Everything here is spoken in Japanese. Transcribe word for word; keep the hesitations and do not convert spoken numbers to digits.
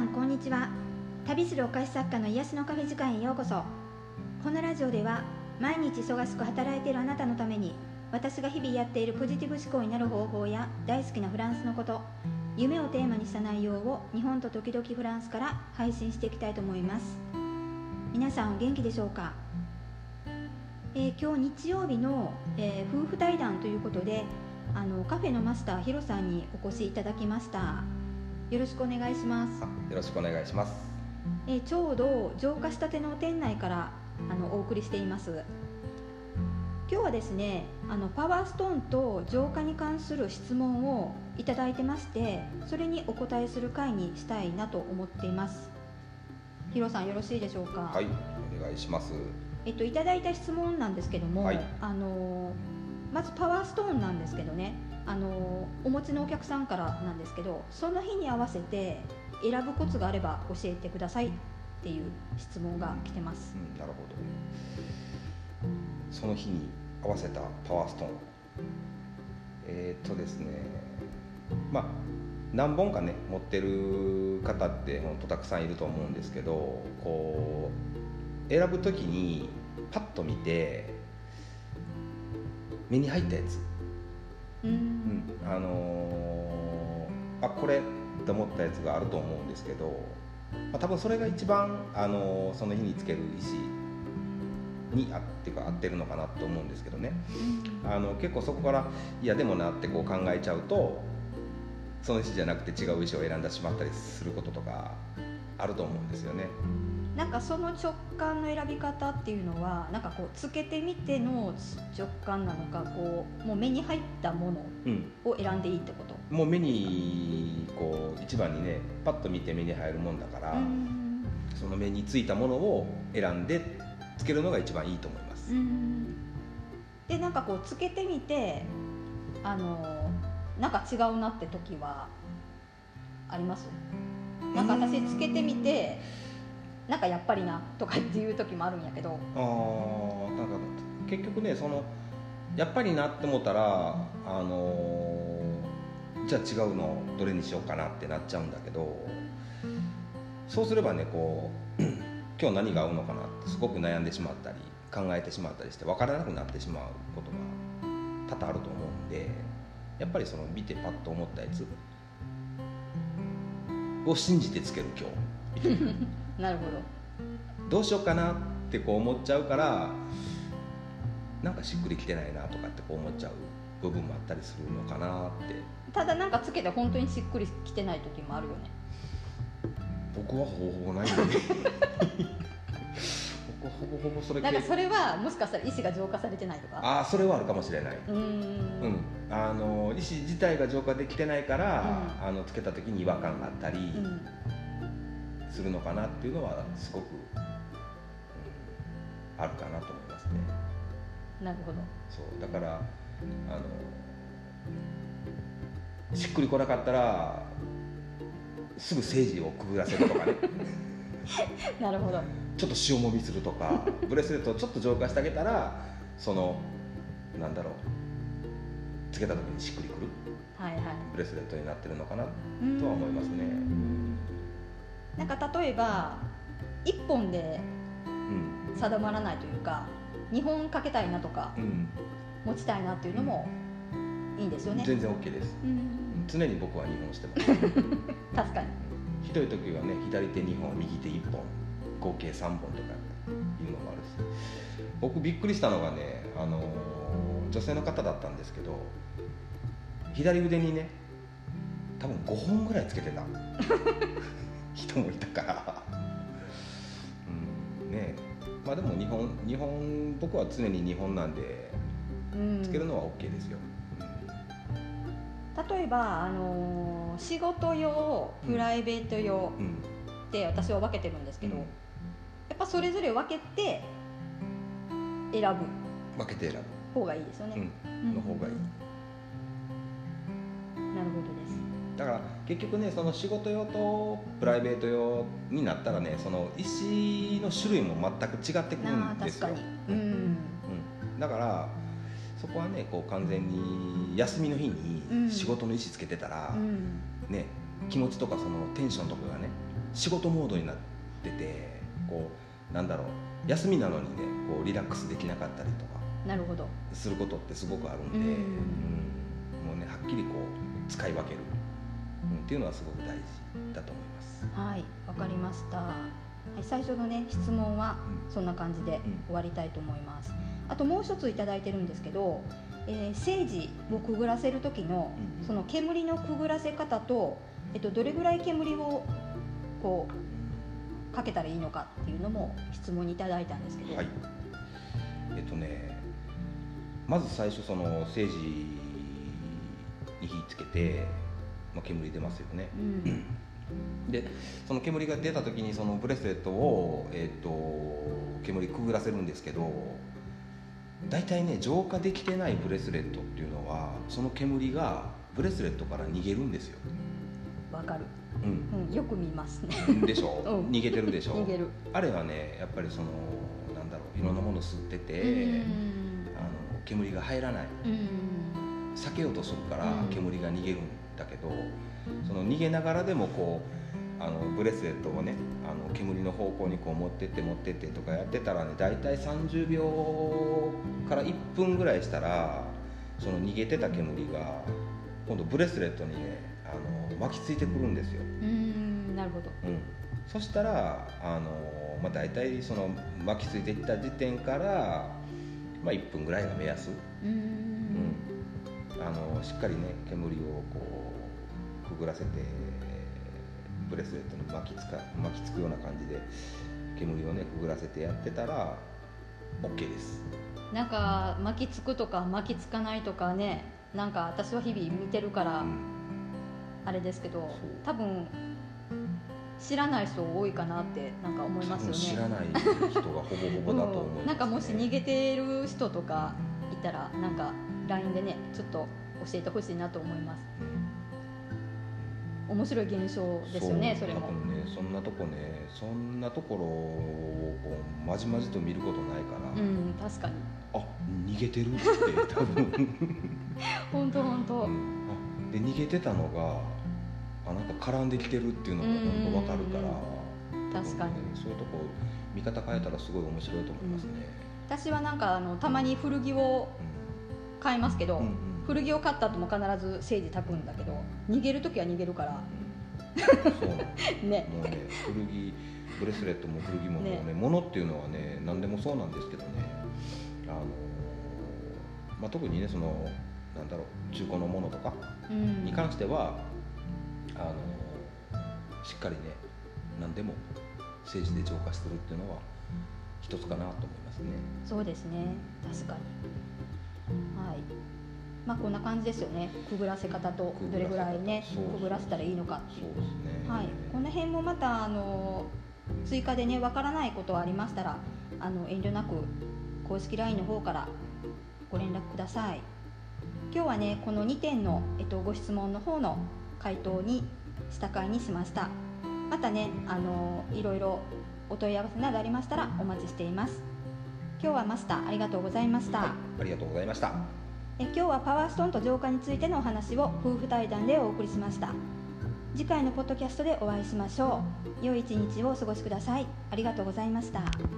んこんにちは。旅するお菓子作家の癒しのカフェ時間へようこそ。このラジオでは毎日忙しく働いているあなたのために、私が日々やっているポジティブ思考になる方法や大好きなフランスのこと、夢をテーマにした内容を日本と時々フランスから配信していきたいと思います。皆さんお元気でしょうか。えー、今日日曜日の、えー、夫婦対談ということで、あのカフェのマスターヒロさんにお越しいただきました。よろしくお願いします。 よろしくお願いします。 えー、ちょうど浄化したての店内からあのお送りしています。今日はですね、あのパワーストーンと浄化に関する質問をいただいてまして、それにお答えする回にしたいなと思っています。ヒロさんよろしいでしょうか。 はい、お願いします。 えっといただいた質問なんですけども、はい、あのまずパワーストーンなんですけどね、あのお持ちのお客さんからなんですけど、その日に合わせて選ぶコツがあれば教えてくださいっていう質問が来てます。 うん、なるほど。その日に合わせたパワーストーン、えー、っとですねまあ何本かね持ってる方って本当たくさんいると思うんですけど、こう選ぶときにパッと見て目に入ったやつ、 うん、うん、 あのー、あこれって思ったやつがあると思うんですけど、まあ、多分それが一番、あのー、その日につける意思にあってか合ってるのかなと思うんですけどね、うん、あの結構そこからいやでもなってこう考えちゃうと、その意思じゃなくて違う意思を選んでしまったりすることとかあると思うんですよね。 なんかその直感の選び方っていうのは、なんかこうつけてみての直感なのか、こうもう目に入ったものを選んでいいってこと、 うん、もう目にこう一番にねパッと見て目に入るもんだから、うん、その目についたものを選んでつけるのが一番いいと思います。うん、 でなんかこうつけてみてあのなんか違うなって時はあります？なんか私つけてみてなんかやっぱりなとかっていう時もあるんやけど、 あなんか結局ねそのやっぱりなって思ったら、あのー、じゃあ違うのどれにしようかなってなっちゃうんだけど、そうすればねこう今日何が合うのかなってすごく悩んでしまったり考えてしまったりして分からなくなってしまうことが多々あると思うんで、やっぱりその見てパッと思ったやつを信じてつける今日みたいななるほど。 どうしようかなってこう思っちゃうから、なんかしっくりきてないなとかってこう思っちゃう部分もあったりするのかなって。 ただなんかつけて本当にしっくりきてない時もあるよね。 僕はほぼほぼないんで僕はほぼほぼそれなんかそれはもしかしたら意思が浄化されてないとか、 ああそれはあるかもしれない。 うーん、うん、 あの意思自体が浄化できてないから、うん、あのつけた時に違和感があったり、うんするのかなっていうのはすごく、うん、あるかなと思いますね。 なるほど。 そうだからあのしっくりこなかったらすぐ政治をくぐらせるとかねなるほど。 ちょっと塩もみするとかブレスレットをちょっと浄化してあげたら、そのなんだろうつけた時にしっくりくる、はいはい、ブレスレットになってるのかなとは思いますね。 なんか例えばいっぽんで定まらないというか、うん、にほんかけたいなとか、うん、持ちたいなっていうのもいいんですよね。 全然 OK です、うん、常に僕はにほんしてます確かにひどい時はね左手にほん右手いっぽん合計さんぼんとかいうのもあるし、僕びっくりしたのがね、あのー、女性の方だったんですけど、左腕にね多分ごほんぐらいつけてた人もいたから、うんね、まあでもにほん、にほん僕は常ににほんなんでつけるのは OK ですよ、 うん、例えば、あのー、仕事用プライベート用って私は分けてるんですけど、うん、やっぱそれぞれ分けて選ぶ分けて選ぶ方がいいですよね、 うん、の方がいい、 うん、なるほどです。 だから結局ねその仕事用とプライベート用になったらね、その石の種類も全く違ってくるんですよ。 確かに、うんうん、 だからそこはねこう完全に休みの日に仕事の意思つけてたら、うん、ね気持ちとかそのテンションとかがね仕事モードになってて、こうなんだろう、休みなのにねこうリラックスできなかったりとかなるほどすることってすごくあるんで、 うんうん、もうねはっきりこう使い分ける、うん、っていうのはすごく大事だと思います。 はい、わかりました、はい、最初のね質問はそんな感じで終わりたいと思います。あともう一ついただいてるんですけど、えー、セージをくぐらせる時のその煙のくぐらせ方と、えっと、どれぐらい煙をこうかけたらいいのかっていうのも質問にいただいたんですけど、 はい、えっとねまず最初そのセージに火つけて、まあ、煙出ますよね、うんでその煙が出た時にそのブレスレットを、えー、と煙くぐらせるんですけど、だいたいね浄化できてないブレスレットっていうのはその煙がブレスレットから逃げるんですよ。 わかる、 うんうん、よく見ますねでしょ、うん、逃げてるでしょ。 逃げる。 あれはねやっぱりそのなんだろういろんなもの吸ってて、あの煙が入らない、避けようとするから煙が逃げるんだけど、その逃げながらでもこうあのブレスレットをねあの煙の方向にこう持ってって持ってってとかやってたらね、だいたいさんじゅうびょうからいっぷんぐらいしたらその逃げてた煙が今度ブレスレットにねあの巻きついてくるんですよ。 うーんなるほど、 うん、そしたらあの、まあ、だいたいその巻きついていった時点から、まあ、いっぷんぐらいが目安。 うーん、 うん、あのしっかりね煙をこうくぐらせてブレスレットに巻きつか巻きつくような感じで煙をねくぐらせてやってたら OK です。 なんか巻きつくとか巻きつかないとかね、なんか私は日々見てるから、うん、あれですけど多分知らない人多いかなってなんか思いますよね。 知らない人がほぼほぼだと思います、ね、 なんかもし逃げてる人とかいたらなんか ライン でねちょっと教えてほしいなと思います。面白い現象ですよね。 そ, それも多分ねそんなとこねそんなところをこうまじまじと見ることないから、 うん、確かにあ逃げてるって多分本当本当、うん、 あで逃げてたのがあなんか絡んできてるっていうのが本当わかるから、 確かに、 ね、そういうとこ見方変えたらすごい面白いと思いますね、 うん、私はなんかあのたまに古着を買いますけど、うんうん、古着を買った後も必ずセージ炊くんだけど逃げるときは逃げるから、 うん、そうなんですねもうね古着ブレスレットも古着もね、ね物っていうのはね何でもそうなんですけどね、あの、まあ、特にねそのなんだろう中古のものとかに関しては、うん、あのしっかりね何でもセージで浄化するっていうのは一つかなと思いますね。 そうですね、確かに。はい、まあこんな感じですよね。くぐらせ方とどれぐらいねくぐらせたらいいのかっていう。 そうですね。 はい、この辺もまたあの追加でねわからないことありましたらあの遠慮なく公式 ライン の方からご連絡ください。今日はねこのにてんの、えっと、ご質問の方の回答にした回にしました。またねあのいろいろお問い合わせなどありましたらお待ちしています。今日はマスターありがとうございました。 はい、ありがとうございました。 え今日はパワーストーンと浄化についてのお話を夫婦対談でお送りしました。次回のポッドキャストでお会いしましょう。良い一日をお過ごしください。ありがとうございました。